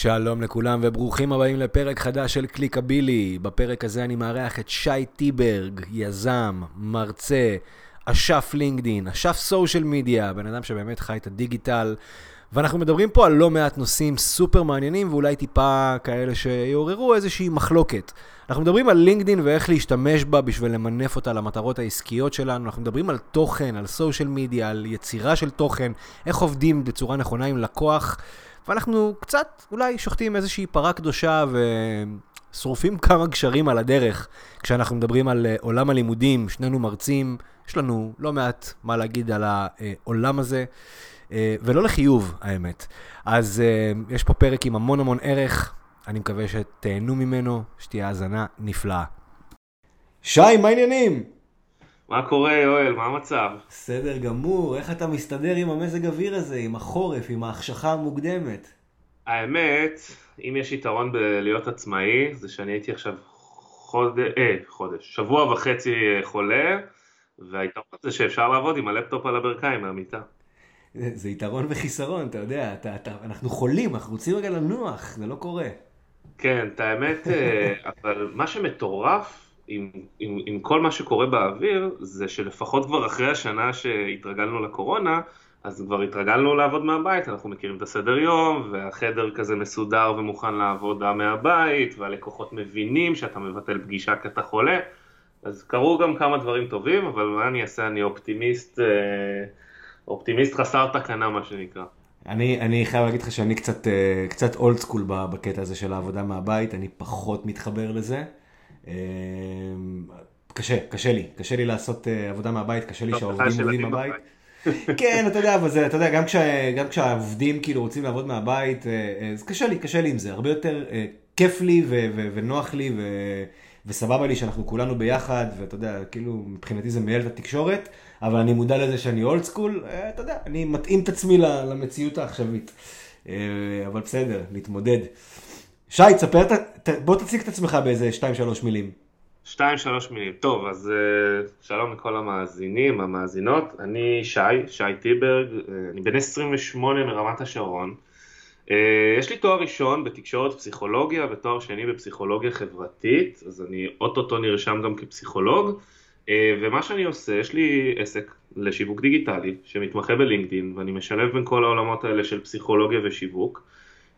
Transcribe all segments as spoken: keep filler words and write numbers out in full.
שלום לכולם וברוכים הבאים לפרק חדש של קליקבילי. בפרק הזה אני מארח את שי טיברג, יזם, מרצה, אשף לינקדין, אשף סושיאל מדיה, בן אדם שבאמת חי את הדיגיטל. ואנחנו מדברים פה על לא מעט נושאים סופר מעניינים ואולי טיפה כאלה שיעוררו איזושהי מחלוקת. אנחנו מדברים על לינקדין ואיך להשתמש בה בשביל למנף אותה למטרות העסקיות שלנו. אנחנו מדברים על תוכן, על סושיאל מדיה, על יצירה של תוכן, איך עובדים בצורה נכונה עם לקוח. ואנחנו קצת אולי שוחטים איזושהי פרה קדושה ושרופים כמה גשרים על הדרך. כשאנחנו מדברים על עולם הלימודים, שנינו מרצים, יש לנו לא מעט מה להגיד על העולם הזה. ולא לחיוב, האמת. אז יש פה פרק עם המון המון ערך, אני מקווה שתהנו ממנו, שתהיה האזנה נפלאה. שי, מה העניינים? מה קורה, יואל? מה המצב? בסדר גמור, איך אתה מסתדר עם המזג אוויר הזה, עם החורף, עם ההחשכה המוקדמת? האמת, אם יש יתרון בלהיות עצמאי, זה שאני הייתי עכשיו חודש, אה, חודש, שבוע וחצי חולה, והיתרון זה שאפשר לעבוד עם הלפטופ על הברכיים מהמיטה. זה יתרון וחיסרון, אתה יודע, אתה, אתה, אנחנו חולים, אנחנו רוצים רגע לנוח, זה לא קורה. כן, את האמת, אבל מה שמטורף עם, עם, עם כל מה שקורה באוויר, זה שלפחות כבר אחרי השנה שהתרגלנו לקורונה, אז כבר התרגלנו לעבוד מהבית, אנחנו מכירים את הסדר יום, והחדר כזה מסודר ומוכן לעבודה מהבית, והלקוחות מבינים שאתה מבטל פגישה כי אתה חולה, אז קרו גם כמה דברים טובים, אבל מה אני אעשה, אני אופטימיסט... אופטימיסט חסר תקנה, מה שנקרא. אני, אני חייב להגיד לך שאני קצת, קצת אולד סקול בקטע הזה של העבודה מהבית, אני פחות מתחבר לזה. קשה, קשה לי, קשה לי לעשות עבודה מהבית, קשה לי שהעובדים עובדים מהבית. כן, אתה יודע, אבל זה, אתה יודע, גם, כשה, גם כשהעובדים כאילו רוצים לעבוד מהבית, אז קשה לי, קשה לי עם זה. הרבה יותר כיף לי ו, ו, ונוח לי ו, וסבבה לי שאנחנו כולנו ביחד, ואתה יודע, כאילו מבחינתי זה מייל את התקשורת, אבל אני מודע לזה שאני אולד סקול, אתה יודע, אני מתאים את עצמי למציאות העכשווית. אבל בסדר, להתמודד. שי, תספר, בוא תציג את עצמך באיזה שתיים שלוש מילים. שתיים שלוש מילים. טוב, אז שלום לכל המאזינים, המאזינות. אני שי, שי טיברג, אני בן עשרים ושמונה מרמת השרון. יש לי תואר ראשון בתקשורת פסיכולוגיה ותואר שני בפסיכולוגיה חברתית, אז אני אוטוטו נרשם גם כפסיכולוג. ומה שאני עושה, יש לי עסק לשיווק דיגיטלי שמתמחה בלינקדין, ואני משלב בין כל העולמות האלה של פסיכולוגיה ושיווק,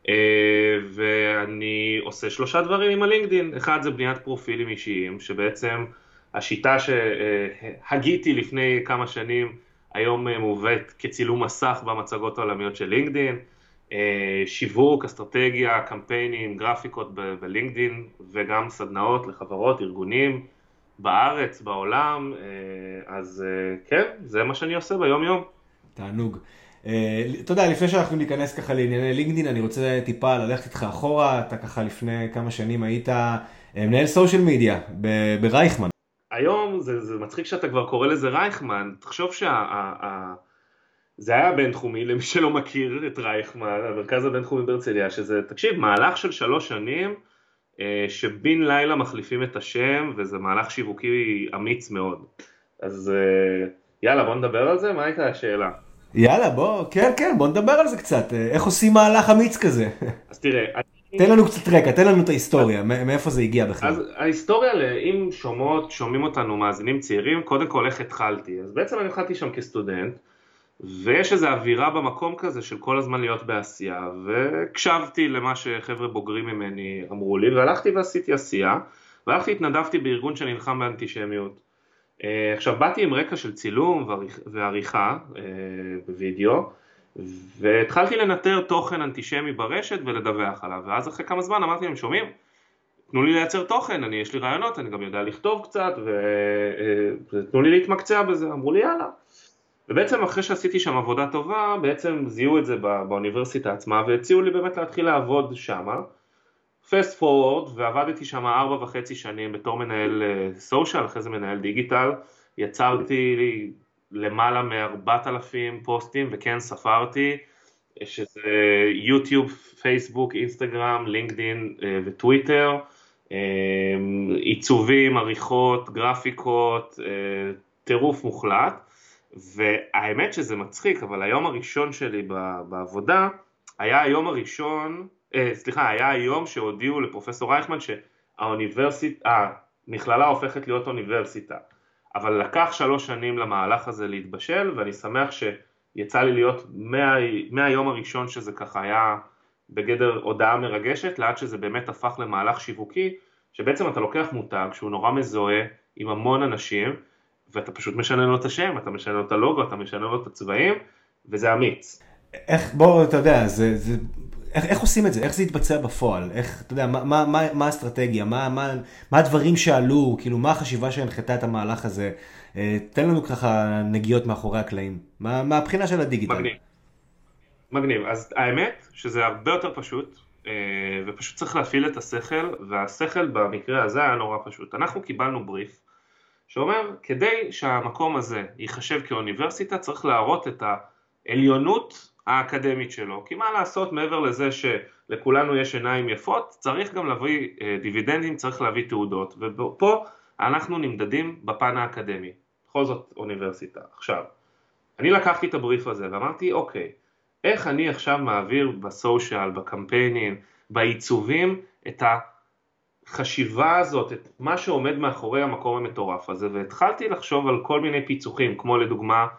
ואני עושה שלושה דברים עם הלינקדין. אחד זה בניית פרופילים אישיים, שבעצם השיטה שהגיתי לפני כמה שנים היום מובאת כצילום מסך במצגות העולמיות של לינקדין, שיווק, אסטרטגיה, קמפיינים, גרפיקות בלינקדין, וגם סדנאות לחברות, ארגונים, בארץ, בעולם, אז כן, זה מה שאני עושה ביום יום. תענוג. אתה יודע, לפני שאנחנו ניכנס ככה לענייני לינקדין, אני רוצה טיפה ללכת איתך אחורה. אתה ככה לפני כמה שנים היית מנהל סושיאל מדיה ברייכמן. היום זה, זה מצחיק שאתה כבר קורא לזה רייכמן. תחשוב שה... זה היה בינתחומי, למי שלא מכיר את רייכמן, המרכז הבינתחומי בהרצליה, שזה, תקשיב, מהלך של שלוש שנים, שבין לילה מחליפים את השם, וזה מהלך שיווקי אמיץ מאוד. אז יאללה, בוא נדבר על זה. מה הייתה השאלה? יאללה, בוא, כן, כן, בוא נדבר על זה קצת. איך עושים מהלך אמיץ כזה? אז תראה, תן לנו קצת רקע, תן לנו את ההיסטוריה, מאיפה זה הגיע בכלל. אז ההיסטוריה, אם שומעות, שומעים אותנו מאזינים צעירים, קודם כל איך התחלתי. אז בעצם אני התחלתי שם כסטודנט, ויש איזו אווירה במקום כזה של כל הזמן להיות בעשייה, והקשבתי למה שחבר'ה בוגרים ממני אמרו לי, והלכתי ועשיתי עשייה, והלכתי התנדבתי בארגון שנלחם באנטישמיות. עכשיו באתי עם רקע של צילום ועריכה בווידאו, והתחלתי לנטר תוכן אנטישמי ברשת ולדווח עליו, ואז אחרי כמה זמן אמרתי להם, שומעים, תנו לי לייצר תוכן, אני, יש לי רעיונות, אני גם יודע לכתוב קצת, ותנו לי להתמקצע בזה. אמרו לי יאללה. ובעצם אחרי שעשיתי שם עבודה טובה, בעצם זיהו את זה בא, באוניברסיטה עצמה, והציעו לי באמת להתחיל לעבוד שם. פסט פורוורד, ועבדתי שם ארבע וחצי שנים בתור מנהל סושיאל, אחרי זה מנהל דיגיטל. יצרתי למעלה מארבעת אלפים פוסטים, וכן ספרתי, שזה יוטיוב, פייסבוק, אינסטגרם, לינקדין וטוויטר, עיצובים, עריכות, גרפיקות, טירוף מוחלט. והאמת שזה מצחיק, אבל היום הראשון שלי בעבודה היה היום הראשון, אה, סליחה, היה היום שהודיעו לפרופסור רייכמן שהאוניברסיטה, המכללה הופכת להיות אוניברסיטה. אבל לקח שלוש שנים למהלך הזה להתבשל, ואני שמח שיצא לי להיות מה, מהיום הראשון שזה ככה היה בגדר הודעה מרגשת, לעד שזה באמת הפך למהלך שיווקי, שבעצם אתה לוקח מותג שהוא נורא מזוהה עם המון אנשים, ואתה פשוט משנה לו את השם, אתה משנה לו את הלוגו, אתה משנה לו את הצבעים, וזה אמיץ. איך, בוא, אתה יודע, זה, זה, איך, איך עושים את זה? איך זה יתבצע בפועל? איך, אתה יודע, מה, מה, מה, מה האסטרטגיה? מה, מה, מה הדברים שעלו? כאילו, מה החשיבה שהנחתה את המהלך הזה? תן לנו ככה נגיעות מאחורי הקלעים. מה, מה הבחינה של הדיגיטל? מגניב. מגניב. אז האמת שזה הרבה יותר פשוט, ופשוט צריך להפעיל את השכל, והשכל במקרה הזה היה נורא פשוט. אנחנו קיבלנו בריף, שאומר, כדי שהמקום הזה ייחשב כאוניברסיטה, צריך להראות את העליונות האקדמית שלו. כי מה לעשות מעבר לזה שלכולנו יש עיניים יפות, צריך גם להביא דיבידנדים, צריך להביא תעודות. ופה אנחנו נמדדים בפן האקדמי. בכל זאת אוניברסיטה. עכשיו, אני לקחתי את הבריף הזה ואמרתי, אוקיי, איך אני עכשיו מעביר בסושיאל, בקמפיינים, בעיצובים, את החשיבה הזאת, את מה שעומד מאחורי המקום המטורף הזה, והתחלתי לחשוב על כל מיני פיצוחים, כמו לדוגמה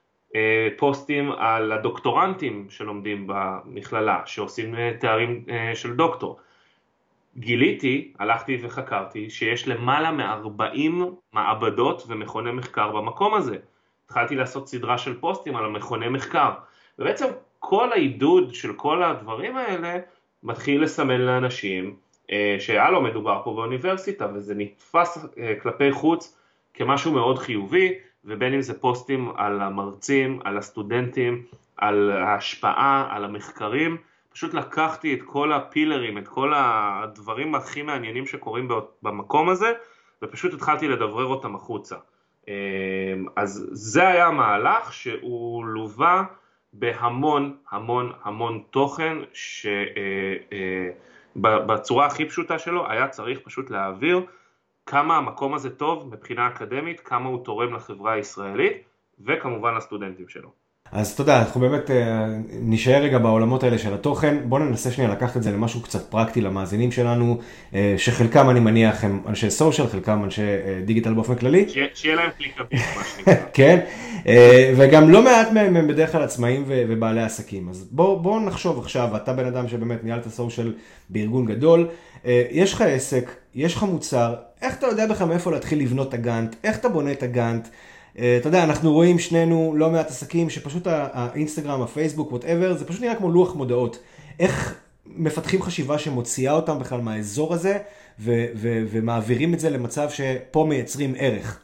פוסטים על הדוקטורנטים שלומדים במכללה, שעושים תארים של דוקטור. גיליתי, הלכתי וחקרתי, שיש למעלה מ-ארבעים מעבדות ומכוני מחקר במקום הזה. התחלתי לעשות סדרה של פוסטים על המכוני מחקר, ובעצם כל העידוד של כל הדברים האלה מתחיל לסמן לאנשים שהיה לא מדובר פה באוניברסיטה, וזה נתפס כלפי חוץ כמשהו מאוד חיובי, ובין אם זה פוסטים על המרצים, על הסטודנטים, על ההשפעה, על המחקרים. פשוט לקחתי את כל הפילרים, את כל הדברים הכי מעניינים שקורים במקום הזה, ופשוט התחלתי לדברר אותם החוצה. אז זה היה המהלך שהוא לווה בהמון המון המון תוכן, שבצורה הכי פשוטה שלו היה צריך פשוט להעביר כמה המקום הזה טוב מבחינה אקדמית, כמה הוא תורם לחברה הישראלית, וכמובן לסטודנטים שלו. אז אתה יודע, אנחנו באמת נשאר רגע בעולמות האלה של התוכן. בואו ננסה שנייה לקחת את זה למשהו קצת פרקטי למאזינים שלנו, שחלקם אני מניח הם אנשי סושיאל, חלקם אנשי דיגיטל באופן כללי. שיהיה להם קליקאביל, מה שנקרא. כן, וגם לא מעט מהם הם בדרך כלל עצמאים ובעלי עסקים. אז בואו בוא נחשוב עכשיו, אתה בן אדם שבאמת ניהל את הסושיאל בארגון גדול, יש לך עסק, יש לך מוצר, איך אתה יודע בכלל מאיפה להתחיל לבנות את הגאנט, איך אתה בונה את הגאנט, אתה יודע, אנחנו רואים שנינו לא מעט עסקים שפשוט האינסטגרם, הפייסבוק, whatever, זה פשוט נראה כמו לוח מודעות. איך מפתחים חשיבה שמוציאה אותם בכלל מהאזור הזה, ו- ו- ומעבירים את זה למצב שפה מייצרים ערך?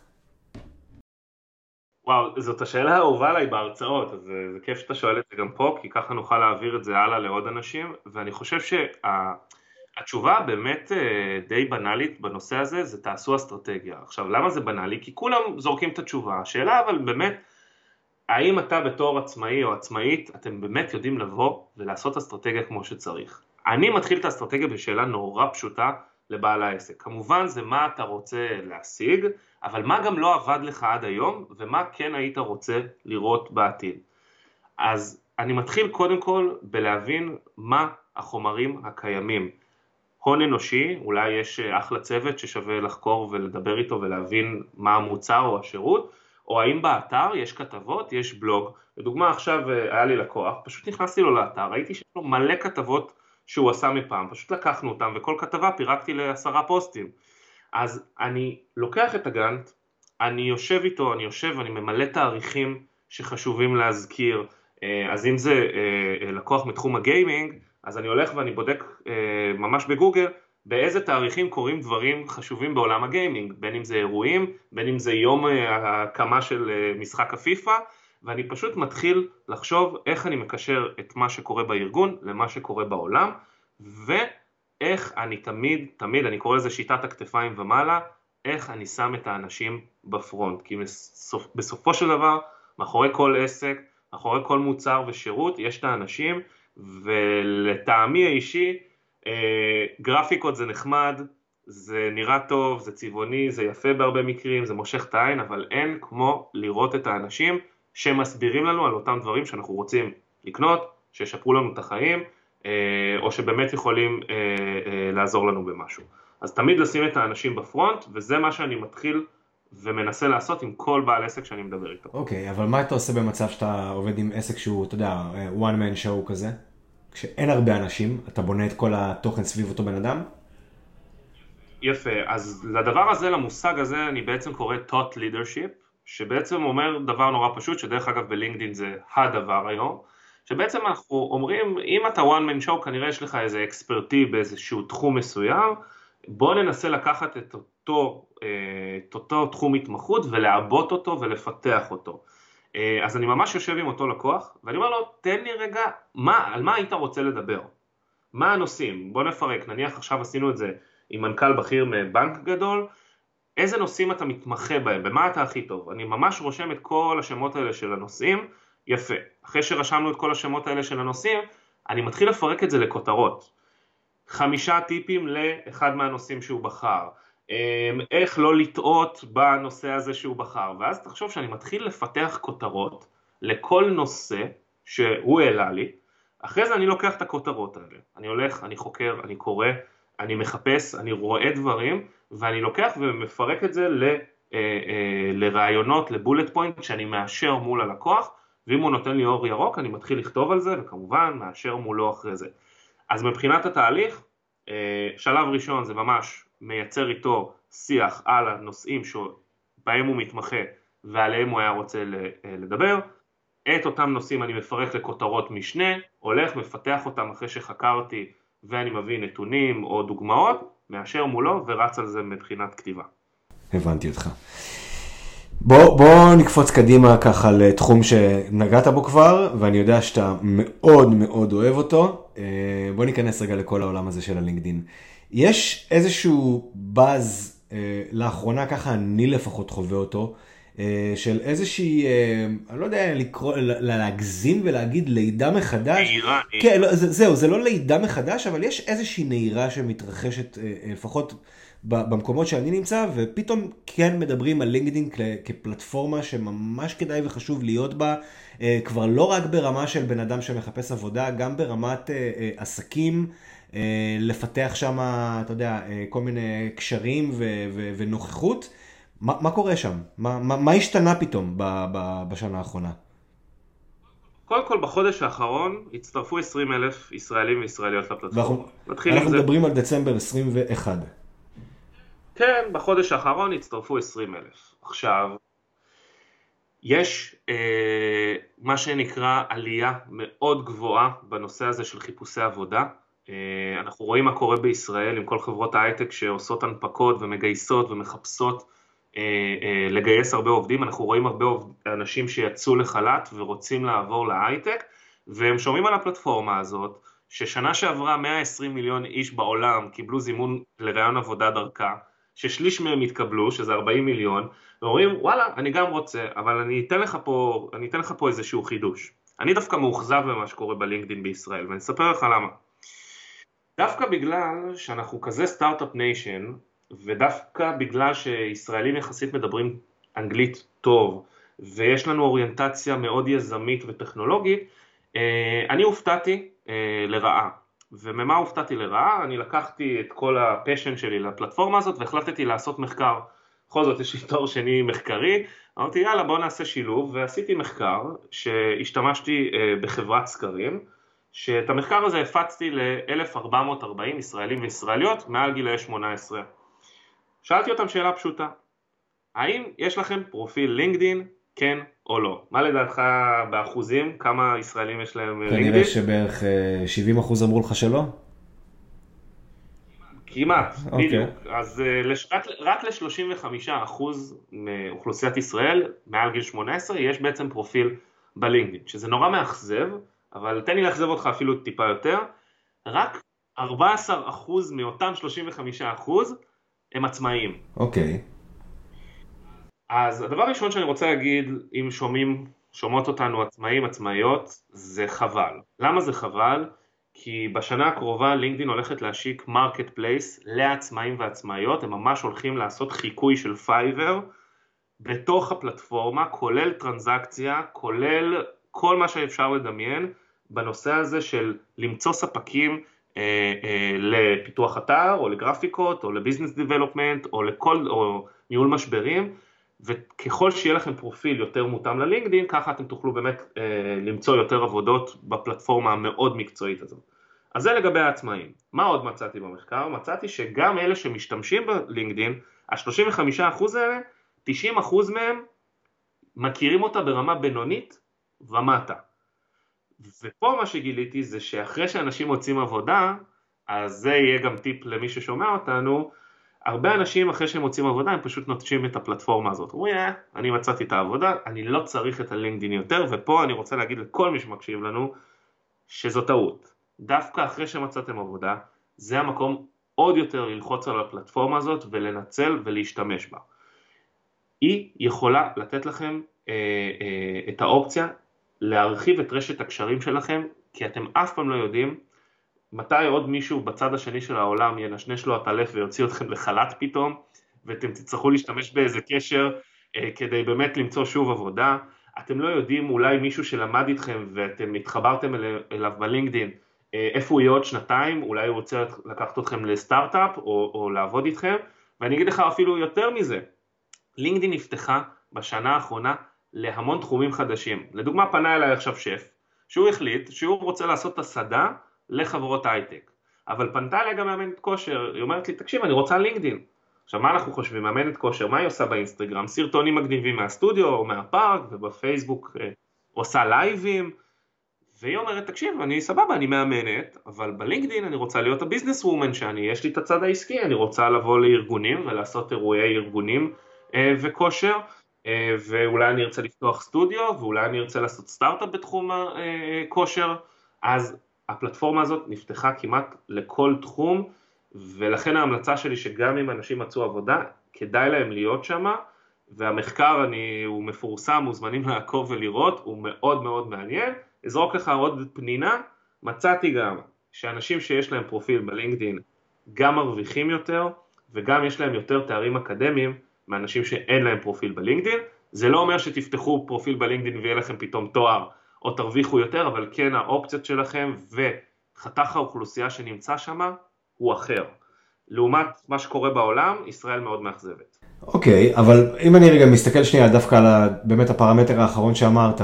וואו, זאת השאלה האהובה עליי בהרצאות, אז זה, זה כיף שאתה שואל את זה גם פה, כי ככה נוכל להעביר את זה הלאה לעוד אנשים, ואני חושב שהתשובה באמת די בנאלית בנושא הזה, זה תעשו אסטרטגיה. עכשיו, למה זה בנאלי? כי כולם זורקים את התשובה. השאלה אבל באמת, האם אתה בתור עצמאי או עצמאית, אתם באמת יודעים לבוא ולעשות אסטרטגיה כמו שצריך? אני מתחיל את האסטרטגיה בשאלה נורא פשוטה לבעל העסק. כמובן זה מה אתה רוצה להשיג, אבל מה גם לא עבד לך עד היום, ומה כן היית רוצה לראות בעתיד. אז אני מתחיל קודם כל בלהבין מה החומרים הקיימים. הון אנושי, אולי יש אחלה צוות ששווה לחקור ולדבר איתו ולהבין מה המוצר או השירות, או האם באתר יש כתבות, יש בלוג. לדוגמה עכשיו היה לי לקוח, פשוט נכנסתי לו לאתר, ראיתי שיש לו מלא כתבות שהוא עשה מפעם, פשוט לקחנו אותם וכל כתבה פירקתי לעשרה פוסטים. אז אני לוקח את הגאנט, אני יושב איתו, אני יושב ואני ממלא תאריכים שחשובים להזכיר. אז אם זה לקוח מתחום הגיימינג, אז אני הולך ואני בודק ממש בגוגל באיזה תאריכים קורים דברים חשובים בעולם הגיימינג, בין אם זה אירועים, בין אם זה יום ההקמה של משחק הפיפה, ואני פשוט מתחיל לחשוב איך אני מקשר את מה שקורה בארגון למה שקורה בעולם, ואיך אני תמיד, תמיד, אני קורא לזה שיטת הכתפיים ומעלה, איך אני שם את האנשים בפרונט, כי בסופ, בסופו של דבר, מאחורי כל עסק, מאחורי כל מוצר ושירות, יש את האנשים, ולטעמי האישי, גרפיקות זה נחמד, זה נראה טוב, זה צבעוני, זה יפה בהרבה מקרים, זה מושך את העין, אבל אין כמו לראות את האנשים שמסבירים לנו על אותם דברים שאנחנו רוצים לקנות, שישפרו לנו את החיים, או שבאמת יכולים לעזור לנו במשהו. אז תמיד לשים את האנשים בפרונט, וזה מה שאני מתחיל ומנסה לעשות עם כל בעל עסק שאני מדבר איתו. אוקיי, אבל מה אתה עושה במצב שאתה עובד עם עסק שהוא, אתה יודע, one man show כזה? כשאין הרבה אנשים, אתה בונה את כל התוכן סביב אותו בן אדם? יפה, אז לדבר הזה, למושג הזה, אני בעצם קורא thought leadership, שבעצם אומר דבר נורא פשוט, שדרך אגב בלינקדין זה הדבר היום, שבעצם אנחנו אומרים, אם אתה one man show, כנראה יש לך איזה אקספרטי באיזשהו תחום מסוים, בוא ננסה לקחת את אותו, את אותו תחום התמחות ולעבות אותו ולפתח אותו. אז אני ממש יושב עם אותו לקוח, ואני אומר לו, תן לי רגע, מה, על מה היית רוצה לדבר? מה הנושאים? בוא נפרק, נניח עכשיו עשינו את זה עם מנכ"ל בכיר מבנק גדול, איזה נושאים אתה מתמחה בהם, במה אתה הכי טוב? אני ממש רושם את כל השמות האלה של הנושאים, יפה. אחרי שרשמנו את כל השמות האלה של הנושאים, אני מתחיל לפרק את זה לכותרות. חמישה טיפים לאחד מהנושאים שהוא בחר. איך לא לטעות בנושא הזה שהוא בחר. ואז תחשוב שאני מתחיל לפתח כותרות לכל נושא שהוא העלה לי. אחרי זה אני לוקח את הכותרות האלה. אני הולך, אני חוקר, אני קורא, אני מחפש, אני רואה דברים, ואני לוקח ומפרק את זה ל, אה, אה, לרעיונות, לבולט פוינט, שאני מאשר מול הלקוח, ואם הוא נותן לי אור ירוק, אני מתחיל לכתוב על זה, וכמובן מאשר מולו אחרי זה. אז מבחינת התהליך, אה, שלב ראשון זה ממש מייצר איתו שיח על הנושאים שבהם הוא מתמחה, ועליהם הוא היה רוצה לדבר. את אותם נושאים אני מפרק לכותרות משנה, הולך, מפתח אותם אחרי שחקרתי, ואני מביא נתונים או דוגמאות, מאשר מולו ורץ על זה מבחינת כתיבה. הבנתי אותך. בוא, בוא נקפוץ קדימה ככה לתחום שנגעת בו כבר, ואני יודע שאתה מאוד מאוד אוהב אותו. בוא ניכנס רגע לכל העולם הזה של הלינקדין. יש איזשהו באז, לאחרונה ככה אני לפחות חווה אותו, של איזושהי, אני לא יודע לקרוא, להגזים ולהגיד לידה מחדש. נעירה. כן, לא, זה, זהו, זה לא לידה מחדש, אבל יש איזושהי נעירה שמתרחשת, לפחות במקומות שאני נמצא, ופתאום כן מדברים על לינקדין כפלטפורמה שממש כדאי וחשוב להיות בה, כבר לא רק ברמה של בן אדם שמחפש עבודה, גם ברמת עסקים, לפתח שם, אתה יודע, כל מיני קשרים ו- ו- ונוכחות. מה, מה קורה שם? מה, מה, מה השתנה פתאום ב- ב- בשנה האחרונה? קודם כל, בחודש האחרון הצטרפו עשרים אלף ישראלים וישראליות לפלטפורמה. אנחנו, אנחנו מדברים על דצמבר עשרים ואחת. כן, בחודש האחרון הצטרפו עשרים אלף. עכשיו, יש אה, מה שנקרא עלייה מאוד גבוהה בנושא הזה של חיפושי עבודה. אה, אנחנו רואים מה קורה בישראל עם כל חברות ההייטק שעושות הנפקות ומגייסות ומחפשות אה, אה, לגייס הרבה עובדים. אנחנו רואים הרבה עובד, אנשים שיצאו לחל"ת ורוצים לעבור להייטק, והם שומעים על הפלטפורמה הזאת, ששנה שעברה מאה ועשרים מיליון איש בעולם קיבלו זימון לרעיון עבודה דרכה, ששליש מהם התקבלו, שזה ארבעים מיליון, ואומרים, וואלה, אני גם רוצה, אבל אני אתן לך פה, אני אתן לך פה איזשהו חידוש. אני דווקא מאוכזב במה שקורה בלינקדין בישראל, ואני אספר לך למה. דווקא בגלל שאנחנו כזה סטארט-אפ ניישן, ודווקא בגלל שישראלים יחסית מדברים אנגלית טוב, ויש לנו אוריינטציה מאוד יזמית וטכנולוגית, אני הופתעתי לרעה. וממה הופתעתי לרעה? אני לקחתי את כל הפשן שלי לפלטפורמה הזאת והחלטתי לעשות מחקר. בכל זאת יש לי תואר שני מחקרי, אמרתי יאללה בוא נעשה שילוב, ועשיתי מחקר שהשתמשתי בחברת סקרים, שאת המחקר הזה הפצתי ל-אלף ארבע מאות וארבעים ישראלים וישראליות מעל גילאי שמונה עשרה. שאלתי אותם שאלה פשוטה, האם יש לכם פרופיל לינקדין, כן או לא? מה לדעתך באחוזים, כמה ישראלים יש להם לינקדין? כנראה שבערך שבעים אחוז אמרו לך שלא? כמעט, בדיוק. אז רק ל-שלושים וחמישה אחוז מאוכלוסיית ישראל, מעל גיל שמונה עשרה, יש בעצם פרופיל בלינקדין, שזה נורא מאכזב, אבל תן לי לאכזב אותך אפילו טיפה יותר, רק ארבעה עשר אחוז מאותם שלושים וחמישה אחוז הם עצמאיים. אוקיי. אז הדבר הראשון שאני רוצה להגיד, אם שומעים, שומעות אותנו עצמאים, עצמאיות, זה חבל. למה זה חבל? כי בשנה הקרובה לינקדין הולכת להשיק מרקט פלייס לעצמאים ועצמאיות, הם ממש הולכים לעשות חיקוי של פייבר בתוך הפלטפורמה, כולל טרנזקציה, כולל כל מה שאפשר לדמיין, בנושא הזה של למצוא ספקים אה, אה, לפיתוח אתר, או לגרפיקות, או לביזנס דיבלופמנט, או לכל, או ניהול משברים, וככל שיהיה לכם פרופיל יותר מותאם ללינקדין, ככה אתם תוכלו באמת אה, למצוא יותר עבודות בפלטפורמה המאוד מקצועית הזאת. אז זה לגבי העצמאים. מה עוד מצאתי במחקר? מצאתי שגם אלה שמשתמשים בלינקדין, ה-שלושים וחמישה אחוז האלה, תשעים אחוז מהם מכירים אותה ברמה בינונית ומטה. ופה מה שגיליתי זה שאחרי שאנשים מוצאים עבודה, אז זה יהיה גם טיפ למי ששומע אותנו, הרבה אנשים אחרי שהם מוצאים עבודה, הם פשוט נוטשים את הפלטפורמה הזאת. אומרים, אה, אני מצאתי את העבודה, אני לא צריך את הלינקדין יותר, ופה אני רוצה להגיד לכל מי שמקשיב לנו, שזו טעות. דווקא אחרי שמצאתם עבודה, זה המקום עוד יותר ללחוץ על הפלטפורמה הזאת, ולנצל ולהשתמש בה. היא יכולה לתת לכם אה, אה, את האופציה, להרחיב את רשת הקשרים שלכם, כי אתם אף פעם לא יודעים, מתי עוד מישהו בצד השני של העולם ינשנש לו את הלב ויוציא אתכם לחל"ת פתאום, ואתם תצטרכו להשתמש באיזה קשר אה, כדי באמת למצוא שוב עבודה. אתם לא יודעים, אולי מישהו שלמד איתכם ואתם התחברתם אל, אליו בלינקדין, אה, איפה הוא יהיה עוד שנתיים, אולי הוא רוצה לקחת אתכם לסטארט-אפ או, או לעבוד איתכם, ואני אגיד לך אפילו יותר מזה, לינקדין נפתחה בשנה האחרונה להמון תחומים חדשים. לדוגמה פנה אליי עכשיו שף, שהוא החליט שהוא רוצה לעשות את הסדה לחברות הייטק. אבל פנתה אליי גם מאמנת כושר, היא אומרת לי, תקשיב, אני רוצה לינקדין. עכשיו, מה אנחנו חושבים? מאמנת כושר, מה היא עושה באינסטגרם? סרטונים מגניבים מהסטודיו או מהפארק, ובפייסבוק אה, עושה לייבים, והיא אומרת, תקשיב, אני סבבה, אני מאמנת, אבל בלינקדין אני רוצה להיות הביזנס וומן שאני, יש לי את הצד העסקי, אני רוצה לבוא לארגונים ולעשות אירועי ארגונים אה, וכושר, אה, ואולי אני ארצה לפתוח סטודיו, ואולי אני ארצה לעשות סטארט-אפ בתחום הכושר, אז הפלטפורמה הזאת נפתחה כמעט לכל תחום, ולכן ההמלצה שלי שגם אם אנשים מצאו עבודה, כדאי להם להיות שם, והמחקר אני, הוא מפורסם, מוזמנים לעקוב ולראות, הוא מאוד מאוד מעניין. אזרוק לך עוד פנינה, מצאתי גם שאנשים שיש להם פרופיל בלינקדין גם מרוויחים יותר, וגם יש להם יותר תארים אקדמיים מאנשים שאין להם פרופיל בלינקדין. זה לא אומר שתפתחו פרופיל בלינקדין ויהיה לכם פתאום תואר, או תרוויחו יותר, אבל כן האופציות שלכם וחתך האוכלוסייה שנמצא שם הוא אחר. לעומת מה שקורה בעולם, ישראל מאוד מאכזבת. אוקיי, okay, אבל אם אני רגע מסתכל שנייה דווקא על באמת הפרמטר האחרון שאמרת,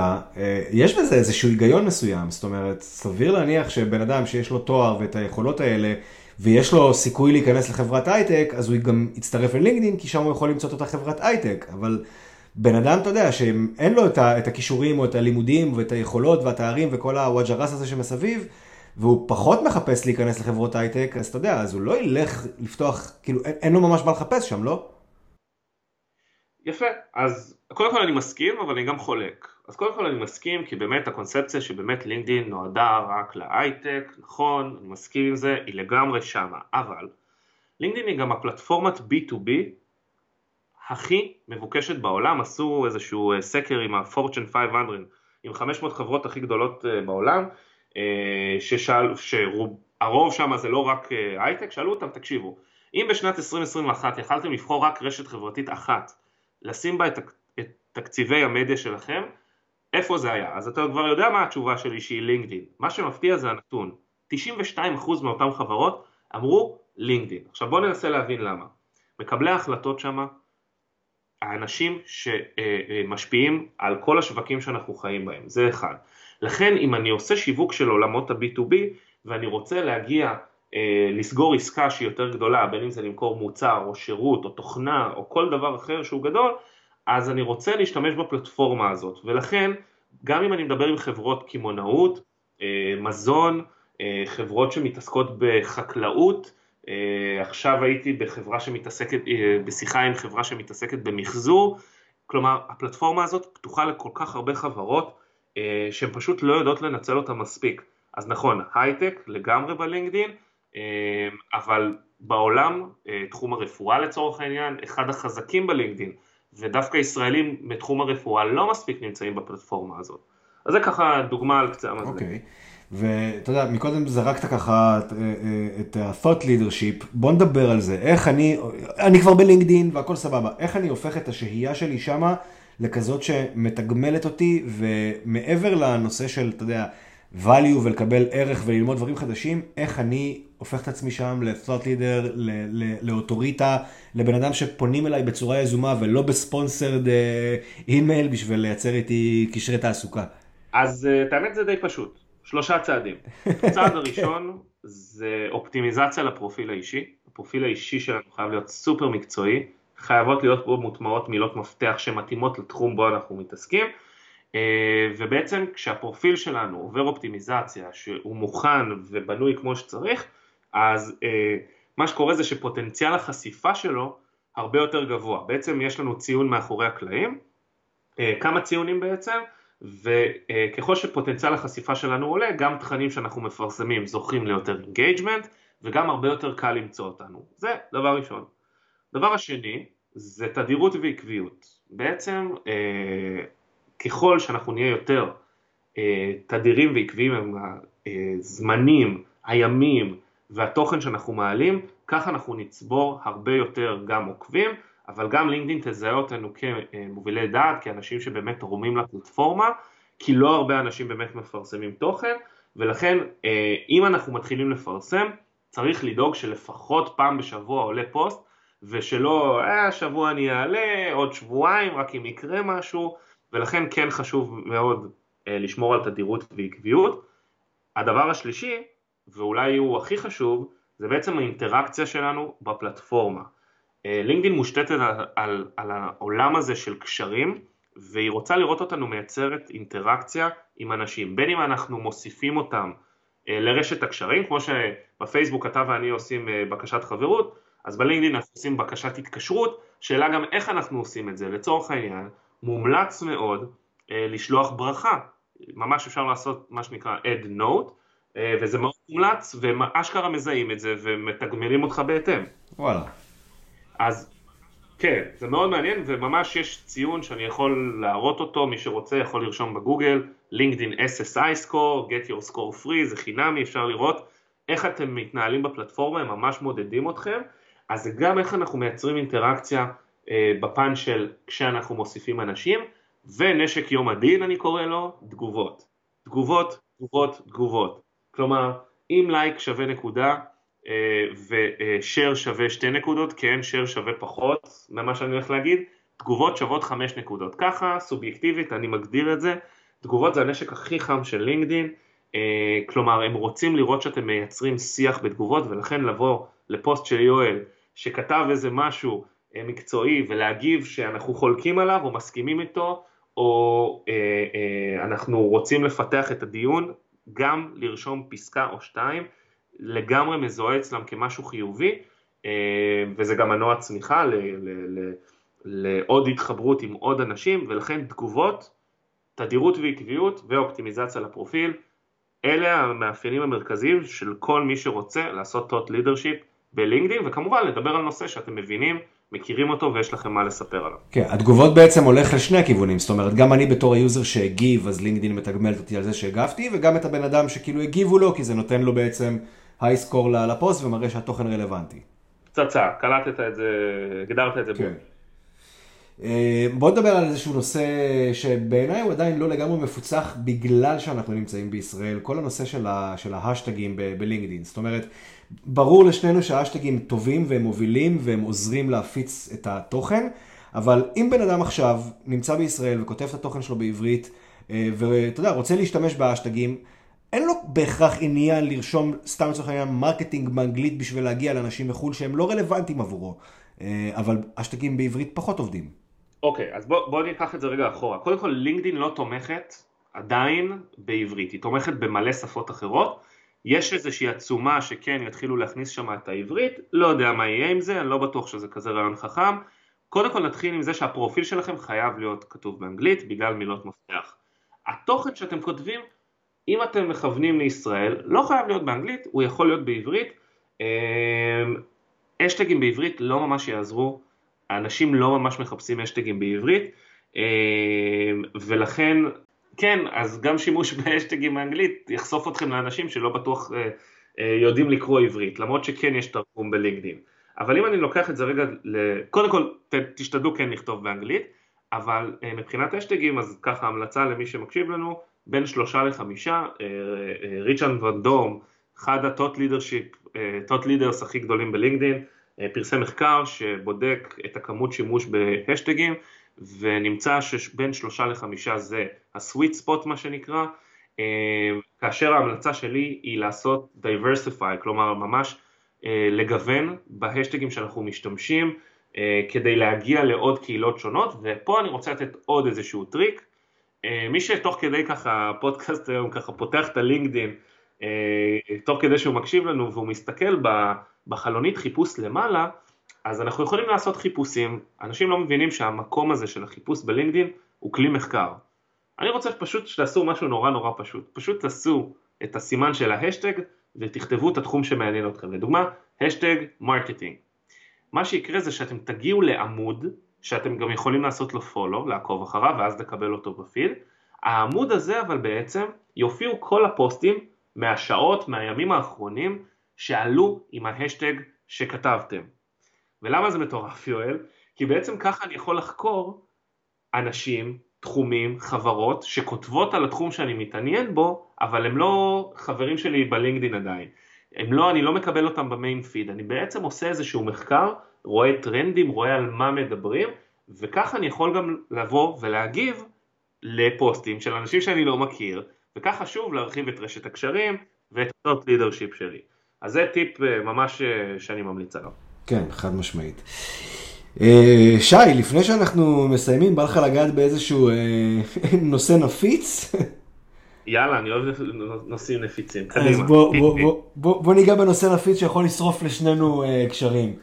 יש בזה איזשהו היגיון מסוים, זאת אומרת, סביר להניח שבן אדם שיש לו תואר ואת היכולות האלה, ויש לו סיכוי להיכנס לחברת הייטק, אז הוא גם יצטרף ללינקדין, כי שם הוא יכול למצוא את אותה חברת הייטק, אבל בן אדם, אתה יודע, שאין לו את הכישורים או את הלימודים ואת היכולות והתארים וכל הוואג'רס הזה שמסביב, והוא פחות מחפש להיכנס לחברות הייטק, אז אתה יודע, אז הוא לא ילך לפתוח, כאילו, אין, אין לו ממש מה לחפש שם, לא? יפה, אז קודם כל אני מסכים, אבל אני גם חולק. אז קודם כל אני מסכים, כי באמת הקונספציה שבאמת לינקדין נועדה רק להייטק, נכון, אני מסכים עם זה, היא לגמרי שמה, אבל לינקדין היא גם הפלטפורמת בי טו בי הכי מבוקשת בעולם. עשו איזשהו סקר עם ה-Fortune חמש מאות, עם חמש מאות חברות הכי גדולות בעולם, ששאל, שהרוב שם זה לא רק הייטק, שאלו אותם, תקשיבו, אם בשנת עשרים עשרים ואחת יכלתם לבחור רק רשת חברתית אחת, לשים בה את, את תקציבי המדיה שלכם, איפה זה היה? אז אתה כבר יודע מה התשובה שלי שהיא לינקדין. מה שמפתיע זה הנתון. תשעים ושתיים אחוז מאותן חברות אמרו לינקדין. עכשיו בואו ננסה להבין למה. מקבלי ההחלטות שם, האנשים שמשפיעים על כל השווקים שאנחנו חיים בהם, זה אחד. לכן אם אני עושה שיווק של עולמות ה-בי טו בי, ואני רוצה להגיע, לסגור עסקה שהיא יותר גדולה, בין אם זה למכור מוצר או שירות או תוכנה או כל דבר אחר שהוא גדול, אז אני רוצה להשתמש בפלטפורמה הזאת. ולכן גם אם אני מדבר עם חברות כימונאות, מזון, חברות שמתעסקות בחקלאות, עכשיו הייתי בחברה שמתעסקת, בשיחה עם חברה שמתעסקת במחזור, כלומר הפלטפורמה הזאת פתוחה לכל כך הרבה חברות שהן פשוט לא יודעות לנצל אותה מספיק. אז נכון, הייטק לגמרי בלינקדין, אבל בעולם, תחום הרפואה לצורך העניין, אחד החזקים בלינקדין, ודווקא ישראלים מתחום הרפואה לא מספיק נמצאים בפלטפורמה הזאת. אז זה ככה דוגמה על קצה המזלג. אוקיי, ואתה יודע, מקודם זרקת ככה את ה-thought leadership, בוא נדבר על זה, איך אני, אני כבר בלינקדין והכל סבבה, איך אני הופך את השהייה שלי שמה לכזאת שמתגמלת אותי, ומעבר לנושא של, אתה יודע, value ולקבל ערך וללמוד דברים חדשים, איך אני הופך את עצמי שם ל-thought leader, לאוטוריטה, לבן אדם שפונים אליי בצורה יזומה ולא בספונסרד אימייל בשביל לייצר איתי קשרי תעסוקה. אז את האמת זה די פשוט, שלושה צעדים. הצעד הראשון זה אופטימיזציה לפרופיל האישי. הפרופיל האישי שלנו חייב להיות סופר מקצועי, חייבות להיות בו מוטמעות מילות מפתח שמתאימות לתחום בו אנחנו מתעסקים, ובעצם כשהפרופיל שלנו עובר אופטימיזציה, שהוא מוכן ובנוי כמו שצריך, אז מה שקורה זה שפוטנציאל החשיפה שלו הרבה יותר גבוה. בעצם יש לנו ציון מאחורי הקלעים, כמה ציונים בעצם, וככל שפוטנציאל החשיפה שלנו עולה, גם תכנים שאנחנו מפרסמים זוכים ליותר אינגייג'מנט, וגם הרבה יותר קל למצוא אותנו. זה דבר ראשון. דבר השני, זה תדירות ועקביות. בעצם, אה, ככל שאנחנו נהיה יותר אה, תדירים ועקביים עם הזמנים, הימים והתוכן שאנחנו מעלים, ככה אנחנו נצבור הרבה יותר גם עוקבים, אבל גם לינקדאין תזהה אותנו כמובילי דעת, כאנשים שבאמת תורמים לפלטפורמה, כי לא הרבה אנשים באמת מפרסמים תוכן, ולכן אם אנחנו מתחילים לפרסם, צריך לדאוג שלפחות פעם בשבוע עולה פוסט, ושלא, אה, שבוע אני אעלה, עוד שבועיים, רק אם יקרה משהו, ולכן כן חשוב מאוד אה, לשמור על תדירות ועקביות. הדבר השלישי, ואולי הוא הכי חשוב, זה בעצם האינטראקציה שלנו בפלטפורמה. אה, לינקדאין מושתתת על, על, על העולם הזה של קשרים, והיא רוצה לראות אותנו מייצרת אינטראקציה עם אנשים, בין אם אנחנו מוסיפים אותם אה, לרשת הקשרים, כמו שבפייסבוק אתה ואני עושים אה, בקשת חברות, אז בלינקדאין אנחנו עושים בקשת התקשרות, שאלה גם איך אנחנו עושים את זה. לצורך העניין, מומלץ מאוד אה, לשלוח ברכה. ממש אפשר לעשות מה שנקרא add note, אה, וזה מאוד מומלץ, ואשכרה מזהים את זה, ומתגמלים אותך בהתאם. וואלה. אז כן, זה מאוד מעניין, וממש יש ציון שאני יכול להראות אותו, מי שרוצה יכול לרשום בגוגל, LinkedIn אס אס איי Score, Get Your Score Free, זה חינמי, אפשר לראות איך אתם מתנהלים בפלטפורמה, הם ממש מודדים אתכם, אז זה גם איך אנחנו מייצרים אינטראקציה אה, בפן של כשאנחנו מוסיפים אנשים, ונשק יום הדין אני קורא לו, תגובות. תגובות, תגובות, תגובות. כלומר, אם לייק שווה נקודה, אה, ושאר שווה שתי נקודות, כן, שאר שווה פחות, ממה שאני הולך להגיד, תגובות שוות חמש נקודות. ככה, סובייקטיבית, אני מגדיר את זה, תגובות זה הנשק הכי חם של לינקדאין, אה, כלומר, הם רוצים לראות שאתם מייצרים שיח בתגובות, ולכן לבוא לפוסט של יואל, שכתב איזה משהו מקצועי ולהגיב שאנחנו חולקים עליו או מסכימים איתו, או אה, אה, אנחנו רוצים לפתח את הדיון, גם לרשום פסקה או שתיים, לגמרי מזוהה אצלם כמשהו חיובי, אה, וזה גם מנוע צמיחה ל, ל, ל, לעוד התחברות עם עוד אנשים, ולכן תגובות, תדירות ועקביות ואופטימיזציה לפרופיל, אלה המאפיינים המרכזיים של כל מי שרוצה לעשות thought leadership בלינקדאין, וכמובן לדבר על נושא שאתם מבינים, מכירים אותו ויש לכם מה לספר עליו. כן, התגובות בעצם הולך לשני הכיוונים, זאת אומרת, גם אני בתור היוזר שהגיב, אז לינקדאין מתגמלת אותי על זה שהגבתי, וגם את הבן אדם שכאילו הגיבו לו, כי זה נותן לו בעצם היי סקור לפוסט ומראה שהתוכן רלוונטי. פצצה, קלטת את זה, הגדרת את זה. כן. בוא נדבר על איזשהו נושא שבעיניי הוא עדיין לא לגמרי מפוצח בגלל שאנחנו נמצאים בישראל, כל הנושא של, ה, של ההשטגים בלינקדאין. זאת אומרת, ברור לשנינו שההשטגים טובים והם מובילים והם עוזרים להפיץ את התוכן, אבל אם בן אדם עכשיו נמצא בישראל וכותב את התוכן שלו בעברית, ואתה יודע, רוצה להשתמש בהשטגים, אין לו בהכרח עניין לרשום סתם לצורך העניין מרקטינג באנגלית בשביל להגיע לאנשים מחו"ל שהם לא רלוונטיים עבורו, אבל השטגים בעברית פחות עובדים. אוקיי, okay, אז בוא, בוא ניקח את זה רגע אחורה. קודם כל, לינקדאין לא תומכת עדיין בעברית, היא תומכת במלא שפות אחרות. יש איזושהי עצומה שכן יתחילו להכניס שם את העברית, לא יודע מה יהיה עם זה, אני לא בטוח שזה כזה רעיון חכם. קודם כל נתחיל עם זה שהפרופיל שלכם חייב להיות כתוב באנגלית בגלל מילות מפתח. התוכן שאתם כותבים, אם אתם מכוונים לישראל, לא חייב להיות באנגלית, הוא יכול להיות בעברית. השטגים בעברית לא ממש יעזרו, האנשים לא ממש מחפשים השטגים בעברית, ולכן, כן, אז גם שימוש בהשטגים באנגלית יחשוף אתכם לאנשים שלא בטוח יודעים לקרוא עברית, למרות שכן יש תרגום בלינקדאין. אבל אם אני לוקח את זה רגע, קודם כל תשתדלו כן לכתוב באנגלית, אבל מבחינת השטגים, אז ככה המלצה למי שמקשיב לנו, בין שלושה לחמישה, ריצ'רד ון דורם, אחד הטוט לידרשיפ, טוט לידרס הכי גדולים בלינקדין, פרסם מחקר שבודק את הכמות שימוש בהשטגים, ונמצא שבין שלושה לחמישה זה הסוויט ספוט מה שנקרא, כאשר ההמלצה שלי היא לעשות diversify, כלומר ממש לגוון בהשטגים שאנחנו משתמשים, כדי להגיע לעוד קהילות שונות, ופה אני רוצה לתת עוד איזשהו טריק, מי שתוך כדי ככה פודקאסט היום ככה פותח את הלינקדין, תוך כדי שהוא מקשיב לנו והוא מסתכל בחלונית חיפוש למעלה, אז אנחנו יכולים לעשות חיפושים. אנשים לא מבינים שהמקום הזה של החיפוש בלינקדין הוא כלי מחקר. אני רוצה פשוט שתעשו משהו נורא נורא פשוט. פשוט תעשו את הסימן של ההשטג ותכתבו את התחום שמעניין אתכם. לדוגמה, השטג מרקטינג. מה שיקרה זה שאתם תגיעו לעמוד, שאתם גם יכולים לעשות לו פולו, לעקוב אחריו ואז לקבל אותו בפיד. העמוד הזה אבל בעצם יופיעו כל הפוסטים מהשעות, מהימים האחרונים שעלו עם ההשטג שכתבתם. ולמה זה מטורף יואל? כי בעצם ככה אני יכול לחקור אנשים, תחומים, חברות שכותבות על התחום שאני מתעניין בו, אבל הם לא חברים שלי בלינקדין עדיין. הם לא, אני לא מקבל אותם במיין פיד, אני בעצם עושה איזשהו מחקר, רואה טרנדים, רואה על מה מדברים, וככה אני יכול גם לבוא ולהגיב לפוסטים של אנשים שאני לא מכיר, וככה שוב להרחיב את רשת הקשרים ואת הטופ לידרשיפ שלי. אז זה טיפ ממש שאני ממליץ עליו. כן, חד משמעית. שי, לפני שאנחנו מסיימים, בא לך לגעת באיזשהו נושא נפיץ? יאללה, אני אוהב נושאים נפיצים. אז בוא, בוא, בוא, בוא, בוא ניגע בנושא נפיץ שיכול לשרוף לשנינו קשרים.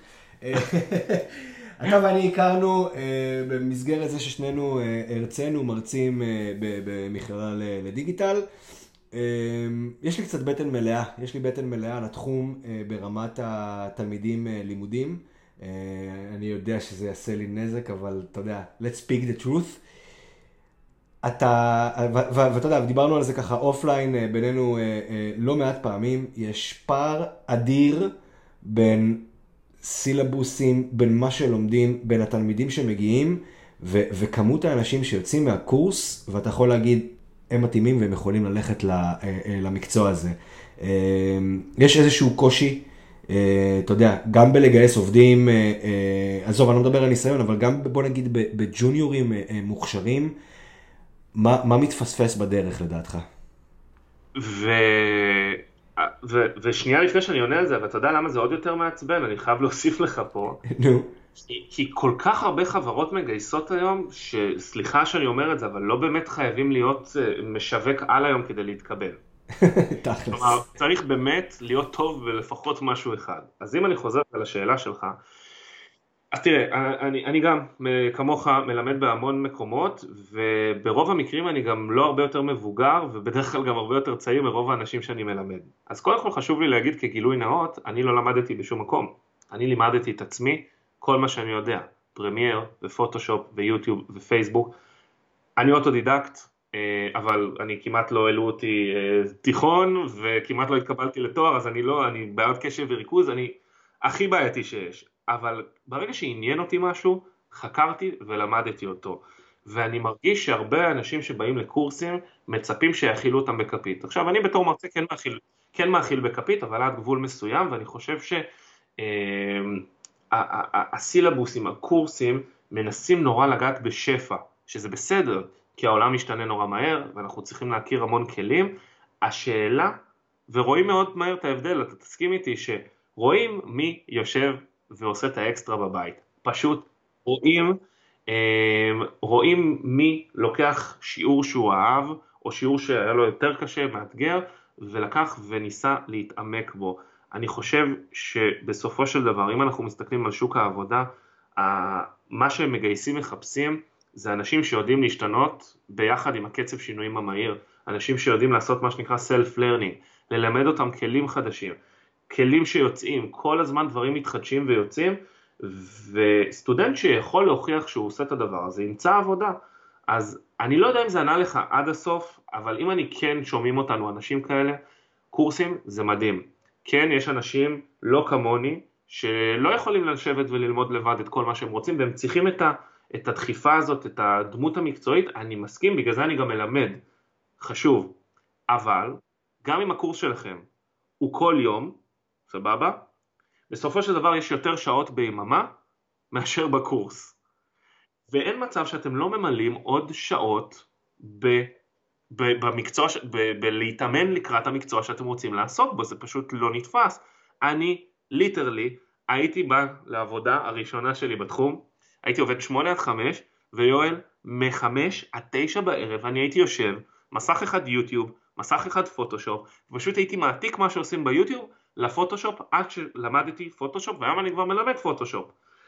אתה ואני הכרנו במסגרת זה ששנינו הרצינו מרצים במכללה לדיגיטל. יש לי קצת בטן מלאה, יש לי בטן מלאה על התחום ברמת התלמידים לימודים. אני יודע שזה יעשה לי נזק, אבל אתה יודע, let's speak the truth. אתה, ואתה יודע, דיברנו על זה ככה אופליין בינינו לא מעט פעמים, יש פער אדיר בין סילבוסים, בין מה שלומדים, בין התלמידים שמגיעים, ו- וכמות האנשים שיוצאים מהקורס, ואתה יכול להגיד, הם מתאימים והם יכולים ללכת למקצוע הזה. יש איזשהו קושי, אתה יודע, גם בלגייס עובדים, עזוב, אני לא מדבר על ניסיון, אבל גם בוא נגיד בג'וניורים מוכשרים, מה, מה מתפספס בדרך לדעתך? ו... ו... ושנייה לפני שאני עונה על זה, ואתה יודע למה זה עוד יותר מעצבן, אני חייב להוסיף לך פה. נו. כי, כי כל כך הרבה חברות מגייסות היום, שסליחה שאני אומר את זה, אבל לא באמת חייבים להיות משווק על היום כדי להתקבל. תכלס. כלומר, צריך באמת להיות טוב ולפחות משהו אחד. אז אם אני חוזר על השאלה שלך, אז תראה, אני, אני גם כמוך מלמד בהמון מקומות, וברוב המקרים אני גם לא הרבה יותר מבוגר, ובדרך כלל גם הרבה יותר צעיר מרוב האנשים שאני מלמד. אז קודם כל חשוב לי להגיד כגילוי נאות, אני לא למדתי בשום מקום. אני לימדתי את עצמי כל מה שאני יודע, פרמייר ופוטושופ ויוטיוב ופייסבוק. אני אוטודידקט, אבל אני כמעט לא העלו אותי תיכון, וכמעט לא התקבלתי לתואר, אז אני לא, אני בעיות קשב וריכוז, אני הכי בעייתי שיש. אבל ברגע שעניין אותי משהו, חקרתי ולמדתי אותו. ואני מרגיש שהרבה אנשים שבאים לקורסים, מצפים שיאכילו אותם בכפית. עכשיו, אני בתור מרצה כן מאכיל, כן מאכיל בכפית, אבל עד גבול מסוים, ואני חושב שהסילבוסים, הקורסים, מנסים נורא לגעת בשפע, שזה בסדר, כי העולם משתנה נורא מהר, ואנחנו צריכים להכיר המון כלים. השאלה, ורואים מאוד מהר את ההבדל, אתה תסכים איתי שרואים מי יושב ועושה את האקסטרה בבית. פשוט רואים, רואים מי לוקח שיעור שהוא אהב, או שיעור שהיה לו יותר קשה, מאתגר, ולקח וניסה להתעמק בו. אני חושב שבסופו של דבר, אם אנחנו מסתכלים על שוק העבודה, מה שהם מגייסים מחפשים, זה אנשים שיודעים להשתנות ביחד עם הקצב שינויים המהיר, אנשים שיודעים לעשות מה שנקרא self-learning, ללמד אותם כלים חדשים, כלים שיוצאים, כל הזמן דברים מתחדשים ויוצאים, וסטודנט שיכול להוכיח שהוא עושה את הדבר הזה, ימצא עבודה. אז אני לא יודע אם זה ענה לך עד הסוף, אבל אם אני כן שומעים אותנו אנשים כאלה, קורסים זה מדהים. כן, יש אנשים לא כמוני, שלא יכולים לשבת וללמוד לבד את כל מה שהם רוצים, והם צריכים את, ה, את הדחיפה הזאת, את הדמות המקצועית, אני מסכים, בגלל זה אני גם מלמד. חשוב, אבל גם אם הקורס שלכם הוא כל יום, סבבה? בסופו של דבר יש יותר שעות ביממה מאשר בקורס. ואין מצב שאתם לא ממלאים עוד שעות ב, ב, במקצוע, ב, בלהתאמן לקראת המקצוע שאתם רוצים לעסוק בו, זה פשוט לא נתפס. אני, ליטרלי, הייתי בא לעבודה הראשונה שלי בתחום, הייתי עובד שמונה עד חמש, ויואל, מחמש עד תשע בערב, אני הייתי יושב, מסך אחד יוטיוב, מסך אחד פוטושופ, ופשוט הייתי מעתיק מה שעושים ביוטיוב לפוטושופ, עד שלמדתי פוטושופ, והיום אני כבר מלמד פוטושופ.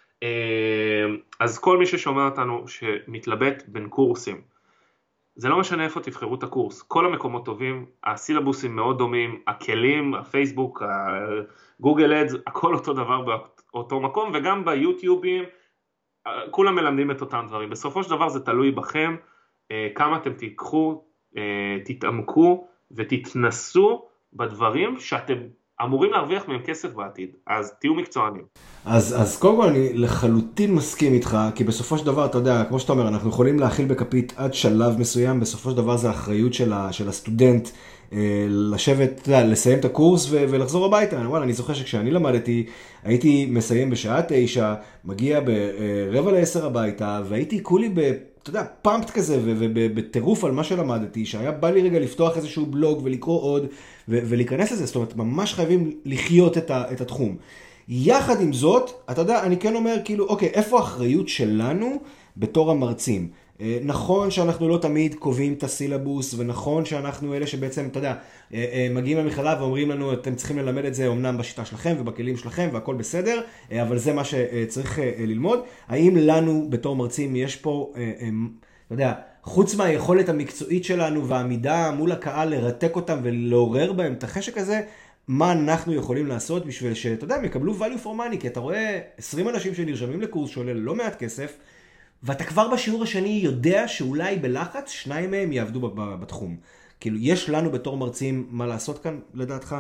אז כל מי ששומע אותנו שמתלבט בין קורסים, זה לא משנה איפה תבחרו את הקורס, כל המקומות טובים, הסילבוסים מאוד דומים, הכלים, הפייסבוק, הגוגל אדס, הכל אותו דבר באותו מקום, וגם ביוטיובים, כולם מלמדים את אותם דברים. בסופו של דבר זה תלוי בכם, כמה אתם תיקחו, תתעמקו ותתנסו בדברים שאתם אמורים להרוויח מהם כסף בעתיד, אז תהיו מקצוענים. אז, אז קודם כל אני לחלוטין מסכים איתך, כי בסופו של דבר, אתה יודע, כמו שאתה אומר, אנחנו יכולים להכיל בכפית עד שלב מסוים, בסופו של דבר זה האחריות של, ה, של הסטודנט, אה, לשבת, אתה יודע, לסיים את הקורס ו, ולחזור הביתה. וואלה, אני זוכר שכשאני למדתי, הייתי מסיים בשעה תשע, מגיע ברבע לעשר הביתה, והייתי כולי ב... אתה יודע, פאמפט כזה, ובטירוף על מה שלמדתי, שהיה בא לי רגע לפתוח איזשהו בלוג ולקרוא עוד, ולהיכנס לזה, זאת אומרת, ממש חייבים לחיות את התחום. יחד עם זאת, אתה יודע, אני כן אומר, כאילו, אוקיי, איפה האחריות שלנו בתור המרצים? נכון שאנחנו לא תמיד קובעים את הסילבוס, ונכון שאנחנו אלה שבעצם, אתה יודע, מגיעים למכללה ואומרים לנו, אתם צריכים ללמד את זה אומנם בשיטה שלכם ובכלים שלכם, והכל בסדר, אבל זה מה שצריך ללמוד. האם לנו בתור מרצים יש פה, אתה יודע, חוץ מהיכולת המקצועית שלנו והעמידה מול הקהל לרתק אותם ולעורר בהם את החשק הזה, מה אנחנו יכולים לעשות בשביל שאתה יודע, הם יקבלו value for money, כי אתה רואה עשרים אנשים שנרשמים לקורס שעולה לא מעט כסף, ואתה כבר בשיעור השני יודע שאולי בלחץ שניים מהם יעבדו בתחום. כאילו, יש לנו בתור מרצים מה לעשות כאן, לדעתך?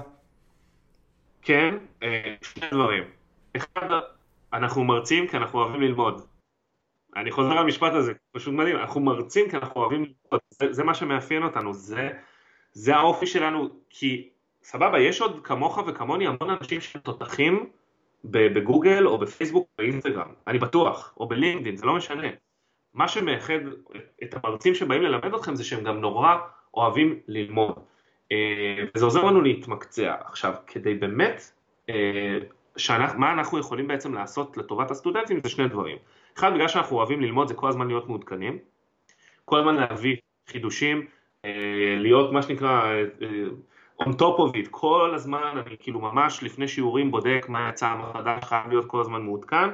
כן, שני דברים. אחד, אנחנו מרצים כי אנחנו אוהבים ללמוד. אני חוזר למשפט הזה, פשוט מדהים, אנחנו מרצים כי אנחנו אוהבים ללמוד. זה, זה מה שמאפיין אותנו, זה, זה האופי שלנו, כי סבבה, יש עוד כמוך וכמוני המון אנשים שתותחים, בגוגל או בפייסבוק או באינסטגרם, אני בטוח, או בלינקדין, זה לא משנה. מה שמאחד את המרצים שבאים ללמד אתכם זה שהם גם נורא אוהבים ללמוד. וזה עוזר לנו להתמקצע. עכשיו, כדי באמת, שאנחנו, מה אנחנו יכולים בעצם לעשות לטובת הסטודנטים, זה שני דברים. אחד, בגלל שאנחנו אוהבים ללמוד, זה כל הזמן להיות מעודכנים, כל הזמן להביא חידושים, להיות מה שנקרא on top of it, כל הזמן, אני כאילו ממש לפני שיעורים בודק מה יצא המחדש, חייב להיות כל הזמן מעודכן,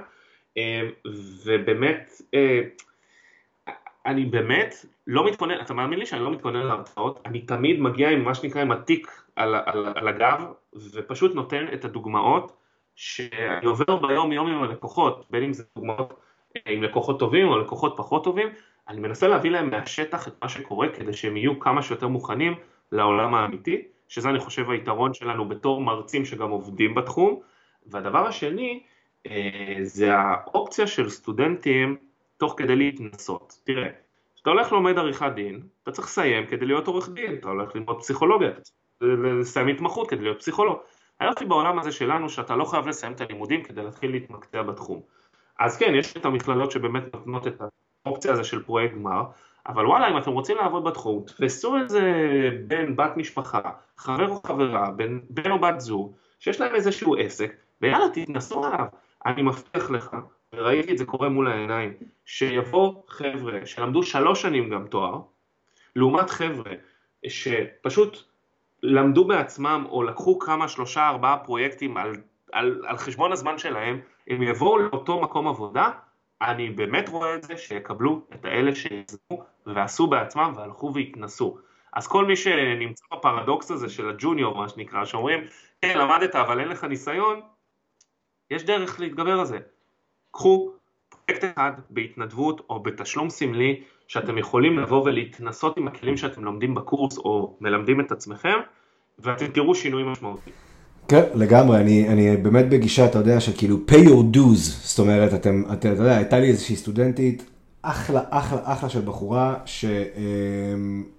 ובאמת, אני באמת לא מתכונן, אתה מאמין לי שאני לא מתכונן להרצאות, אני תמיד מגיע עם מה שנקרא עם התיק על, על, על הגב, ופשוט נותן את הדוגמאות שאני עובר ביום יום עם הלקוחות, בין אם זה דוגמאות עם לקוחות טובים או לקוחות פחות טובים, אני מנסה להביא להם מהשטח את מה שקורה, כדי שהם יהיו כמה שיותר מוכנים לעולם האמיתי, שזה אני חושב היתרון שלנו בתור מרצים שגם עובדים בתחום. והדבר השני, זה האופציה של סטודנטים תוך כדי להתנסות. תראה, כשאתה הולך לומד עריכת דין, אתה צריך לסיים כדי להיות עורך דין, אתה הולך ללמוד פסיכולוגיה, אתה צריך לסיים התמחות כדי להיות פסיכולוג. היופי בעולם הזה שלנו שאתה לא חייב לסיים את הלימודים כדי להתחיל להתמקצע בתחום. אז כן, יש את המכללות שבאמת נותנות את האופציה הזה של פרויקט גמר, אבל וואלה, אם אתם רוצים לעבוד בתחום, תפסו איזה בן, בת משפחה, חבר או חברה, בן, בן או בת זוג, שיש להם איזשהו עסק, ויאללה, תתנסו עליו. אני מבטיח לך, וראיתי את זה קורה מול העיניים, שיבוא חבר'ה שלמדו שלוש שנים גם תואר, לעומת חבר'ה שפשוט למדו בעצמם, או לקחו כמה, שלושה, ארבעה פרויקטים על, על, על חשבון הזמן שלהם, הם יבואו לאותו מקום עבודה, אני באמת רואה את זה שיקבלו את האלה שיזמו ועשו בעצמם והלכו והתנסו. אז כל מי שנמצא בפרדוקס הזה של הג'וניור, מה שנקרא, שאומרים, כן, למדת אבל אין לך ניסיון, יש דרך להתגבר על זה. קחו פרויקט אחד בהתנדבות או בתשלום סמלי, שאתם יכולים לבוא ולהתנסות עם הכלים שאתם לומדים בקורס או מלמדים את עצמכם, ואתם תראו שינוי משמעותי. כן, לגמרי, אני, אני באמת בגישה, אתה יודע, שכאילו pay your dues, זאת אומרת, אתם, אתה יודע, הייתה לי איזושהי סטודנטית, אחלה, אחלה, אחלה של בחורה, ש,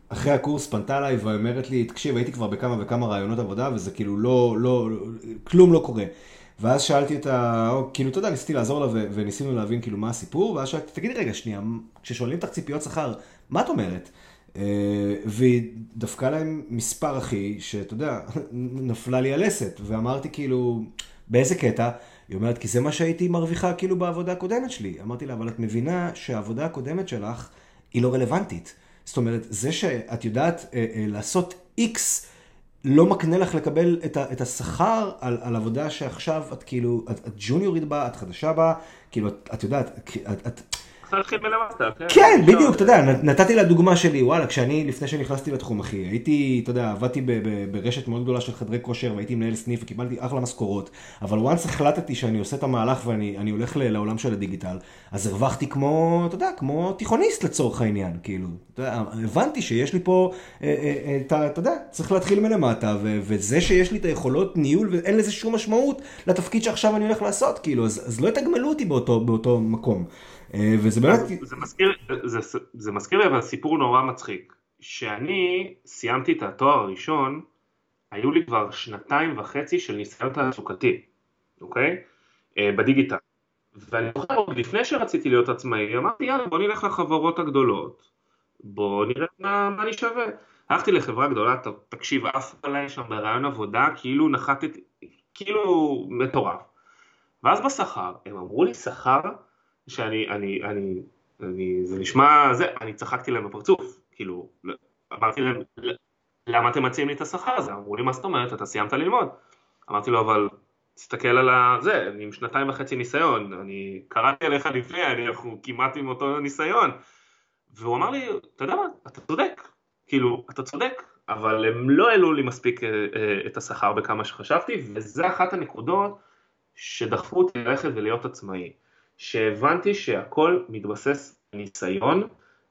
אחרי הקורס פנתה אליי ואומרת לי, תקשיב, הייתי כבר בכמה וכמה רעיונות עבודה, וזה כאילו לא, לא, כלום לא קורה. ואז שאלתי אותה, כאילו, אתה יודע, ניסיתי לעזור לה וניסינו להבין כאילו מה הסיפור, ואז שאלתי, תגידי רגע, שנייה, כששואלים אותך ציפיות שכר, מה את אומרת? והיא דפקה להם מספר אחי, שאתה יודע, נפלה לי הלסת, ואמרתי כאילו, באיזה קטע? היא אומרת, כי זה מה שהייתי מרוויחה כאילו בעבודה הקודמת שלי. אמרתי לה, אבל את מבינה שהעבודה הקודמת שלך היא לא רלוונטית. זאת אומרת, זה שאת יודעת אה, אה, לעשות X, לא מקנה לך לקבל את, ה, את השכר על, על עבודה שעכשיו את כאילו, את, את ג'וניורית בה, את חדשה בה, כאילו, את, את יודעת, את... את צריך להתחיל מלמטה, כן? כן, בדיוק, אתה יודע, נתתי לה דוגמה שלי, וואלה, כשאני, לפני שנכנסתי לתחום, אחי, הייתי, אתה יודע, עבדתי ברשת מאוד גדולה של חדרי כושר, והייתי מנהל סניף וקיבלתי אחלה משכורות, אבל once החלטתי שאני עושה את המהלך ואני הולך לעולם של הדיגיטל, אז הרווחתי כמו, אתה יודע, כמו תיכוניסט לצורך העניין, כאילו, אתה יודע, הבנתי שיש לי פה, אתה יודע, צריך להתחיל מלמטה, וזה שיש לי את היכולות ניהול, ואין לזה שום משמעות לתפקיד שעכשיו אני הולך לעשות, כאילו, אז, אז לא יתגמלו אותי באותו, באותו מקום. וזה באמת... זה מזכיר, זה, זה מזכיר לי, אבל סיפור נורא מצחיק. שאני סיימתי את התואר הראשון, היו לי כבר שנתיים וחצי של ניסיון תעסוקתי, אוקיי? בדיגיטל. ואני זוכר, לפני שרציתי להיות עצמאי, אמרתי, יאללה, בוא נלך לחברות הגדולות, בוא נראה מה, מה אני שווה. הלכתי לחברה גדולה, תקשיב, אף עליי שם ברעיון עבודה, כאילו נחתתי, כאילו מטורף. ואז בשכר, הם אמרו לי שכר, שאני, אני, אני, אני, זה נשמע, זה, אני צחקתי להם בפרצוף, כאילו, אמרתי להם, למה אתם מציעים לי את השכר הזה? אמרו לי, מה זאת אומרת, אתה סיימת ללמוד. אמרתי לו, אבל תסתכל על זה, אני עם שנתיים וחצי ניסיון, אני קראתי עליך לפני, אני כמעט עם אותו ניסיון. והוא אמר לי, אתה יודע מה, אתה צודק, כאילו, אתה צודק, אבל הם לא העלו לי מספיק את השכר בכמה שחשבתי, וזה אחת הנקודות שדחפו אותי ללכת ולהיות עצמאי. שהבנתי שהכל מתבסס ניסיון,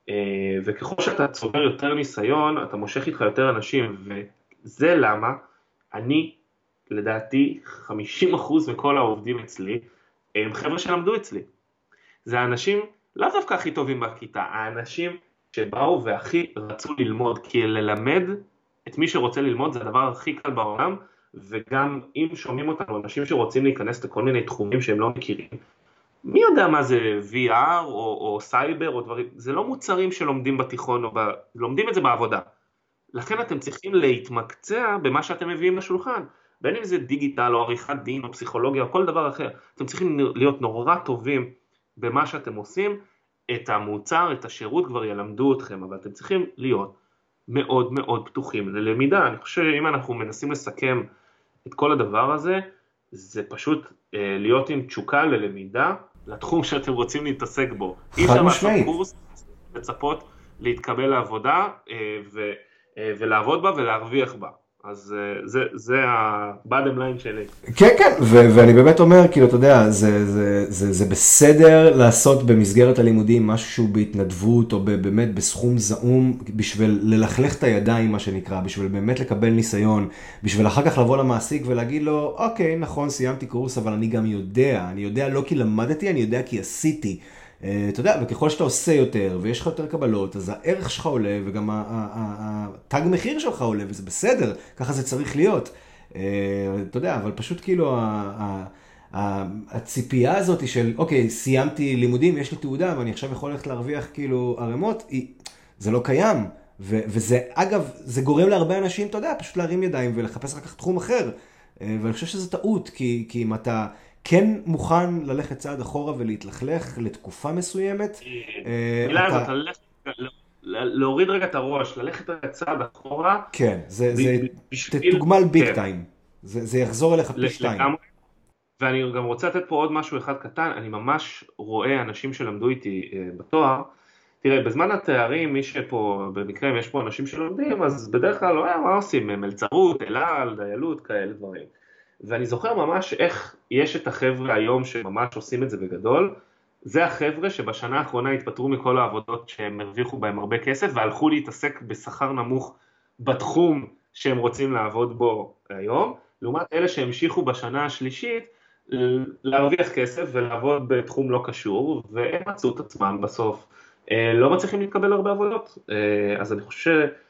וככל שאתה צובר יותר ניסיון, אתה מושך איתך יותר אנשים, וזה למה אני, לדעתי, חמישים אחוז מכל העובדים אצלי, הם חבר'ה שלמדו אצלי. זה האנשים, לאו דווקא הכי טובים בכיתה, האנשים שבאו והכי רצו ללמוד, כי ללמד את מי שרוצה ללמוד זה הדבר הכי קל בעולם, וגם אם שומעים אותנו, אנשים שרוצים להיכנס לכל מיני תחומים שהם לא מכירים, מי יודע מה זה וי אר או, או סייבר או דברים, זה לא מוצרים שלומדים בתיכון או ב... לומדים את זה בעבודה. לכן אתם צריכים להתמקצע במה שאתם מביאים לשולחן, בין אם זה דיגיטל או עריכת דין או פסיכולוגיה או כל דבר אחר. אתם צריכים להיות נורא טובים במה שאתם עושים, את המוצר, את השירות כבר ילמדו אתכם, אבל אתם צריכים להיות מאוד מאוד פתוחים ללמידה. אני חושב שאם אנחנו מנסים לסכם את כל הדבר הזה, זה פשוט אה, להיות עם תשוקה ללמידה, לתחום שאתם רוצים להתעסק בו. אי אפשר לעשות קורס, לצפות להתקבל לעבודה אה, ו, אה, ולעבוד בה ולהרוויח בה. אז אה, זה, זה ה-bottom line שלי. כן, כן, ו- ואני באמת אומר, כאילו, אתה יודע, זה, זה, זה, זה בסדר לעשות במסגרת הלימודים משהו בהתנדבות, או באמת בסכום זעום, בשביל ללכלך את הידיים, מה שנקרא, בשביל באמת לקבל ניסיון, בשביל אחר כך לבוא למעסיק ולהגיד לו, אוקיי, נכון, סיימתי קורס, אבל אני גם יודע, אני יודע לא כי למדתי, אני יודע כי עשיתי. אתה יודע, וככל שאתה עושה יותר, ויש לך יותר קבלות, אז הערך שלך עולה, וגם התג מחיר שלך עולה, וזה בסדר, ככה זה צריך להיות. אתה יודע, אבל פשוט כאילו, הציפייה הזאת של, אוקיי, סיימתי לימודים, יש לי תעודה, ואני עכשיו יכול ללכת להרוויח כאילו ערימות, זה לא קיים. וזה, אגב, זה גורם להרבה אנשים, אתה יודע, פשוט להרים ידיים ולחפש רק תחום אחר. ואני חושב שזה טעות, כי, כי אם אתה כן מוכן ללכת צעד אחורה ולהתלכלך לתקופה מסוימת, מילה הזאת, להוריד רגע את הראש, ללכת רגע צעד אחורה. כן, זה תתוגמל ביג טיים. זה יחזור אליך פי שתיים. ואני גם רוצה לתת פה עוד משהו אחד קטן, אני ממש רואה אנשים שלמדו איתי בתואר, תראה, בזמן התארים, מי שפה, במקרה אם יש פה אנשים שלומדים, אז בדרך כלל, לא, מה עושים? מלצרות, אלעל, דיילות, כאלה דברים. ואני זוכר ממש איך יש את החבר'ה היום שממש עושים את זה בגדול, זה החבר'ה שבשנה האחרונה התפטרו מכל העבודות שהם הרוויחו בהם הרבה כסף, והלכו להתעסק בשכר נמוך בתחום שהם רוצים לעבוד בו היום, לעומת אלה שהמשיכו בשנה השלישית להרוויח כסף ולעבוד בתחום לא קשור, והם מצאו את עצמם בסוף. לא מצליחים להתקבל הרבה עבודות, אז אני חושב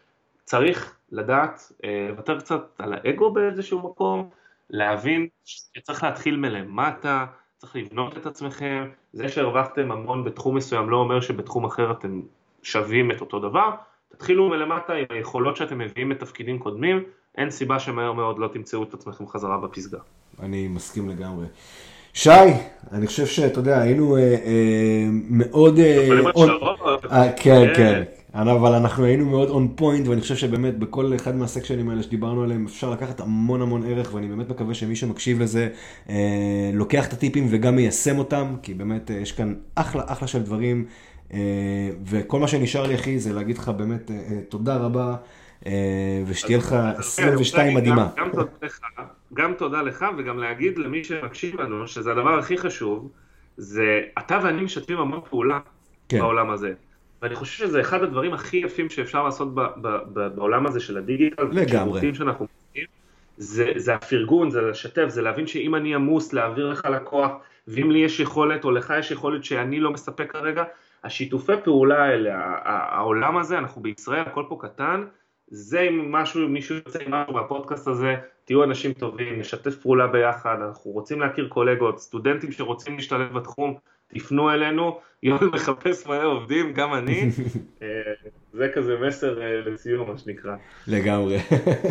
צריך לדעת, לוותר קצת על האגו באיזשהו מקום, להבין שצריך להתחיל מלמטה, צריך לבנות את עצמכם, זה שהרווחתם המון בתחום מסוים לא אומר שבתחום אחר אתם שווים את אותו דבר, תתחילו מלמטה עם היכולות שאתם מביאים בתפקידים קודמים, אין סיבה שמהר מאוד לא תמצאו את עצמכם חזרה בפסגה. אני מסכים לגמרי. שי, אני חושב שאתה יודע, היינו אה, אה, מאוד... אה, on... אה, כן, כן. אבל אנחנו היינו מאוד on point, ואני חושב שבאמת בכל אחד מהסקשנים האלה שדיברנו עליהם, אפשר לקחת המון המון ערך, ואני באמת מקווה שמי שמקשיב לזה, אה, לוקח את הטיפים וגם מיישם אותם, כי באמת אה, יש כאן אחלה, אחלה של דברים, אה, וכל מה שנשאר לי, אחי, זה להגיד לך באמת אה, תודה רבה, אה, ושתהיה לך עשרים ושתיים מדהימה. גם, גם תודה לך, גם תודה לך, וגם להגיד למי שמקשיב לנו, שזה הדבר הכי חשוב, זה אתה ואני משתפים המון פעולה כן. בעולם הזה. ואני חושב שזה אחד הדברים הכי יפים שאפשר לעשות ב- ב- ב- בעולם הזה של הדיגיטל. לגמרי. שאנחנו מוצאים, זה, זה הפרגון, זה לשתף, זה להבין שאם אני עמוס להעביר לך לקוח, ואם לי יש יכולת או לך יש יכולת שאני לא מספק כרגע, השיתופי פעולה האלה, העולם הזה, אנחנו בישראל, הכל פה קטן, זה אם משהו, מישהו יוצא עם משהו בפודקאסט הזה, תהיו אנשים טובים, נשתף פעולה ביחד, אנחנו רוצים להכיר קולגות, סטודנטים שרוצים להשתלב בתחום, תפנו אלינו, יואל מחפש מלא עובדים, גם אני, זה כזה מסר לסיום, מה שנקרא. לגמרי.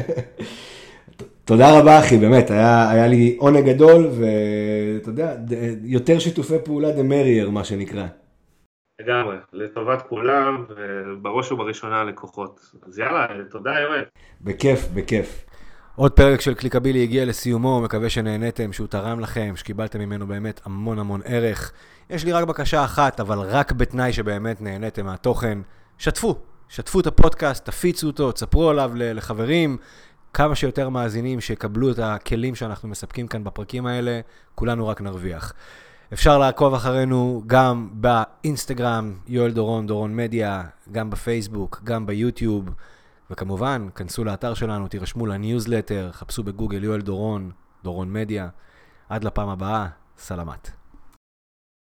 תודה רבה אחי, באמת, היה, היה לי עונג גדול, ואתה יודע, יותר שיתופי פעולה דמרייר, מה שנקרא. לגמרי, לטובת כולם, ובראש ובראשונה לקוחות. אז יאללה, תודה יואל. בכיף, בכיף. עוד פרק של קליקבילי הגיע לסיומו, מקווה שנהנתם, שהוא תרם לכם, שקיבלתם ממנו באמת המון המון ערך. יש לי רק בקשה אחת, אבל רק בתנאי שבאמת נהנתם מהתוכן. שתפו, שתפו את הפודקאסט, תפיצו אותו, תספרו עליו לחברים, כמה שיותר מאזינים שיקבלו את הכלים שאנחנו מספקים כאן בפרקים האלה, כולנו רק נרוויח. אפשר לעקוב אחרינו גם באינסטגרם, יואל דורון, דורון מדיה, גם בפייסבוק, גם ביוטיוב, וכמובן, כנסו לאתר שלנו, תירשמו לניוזלטר, חפשו בגוגל יואל דורון, דורון מדיה. עד לפעם הבאה, סלמת.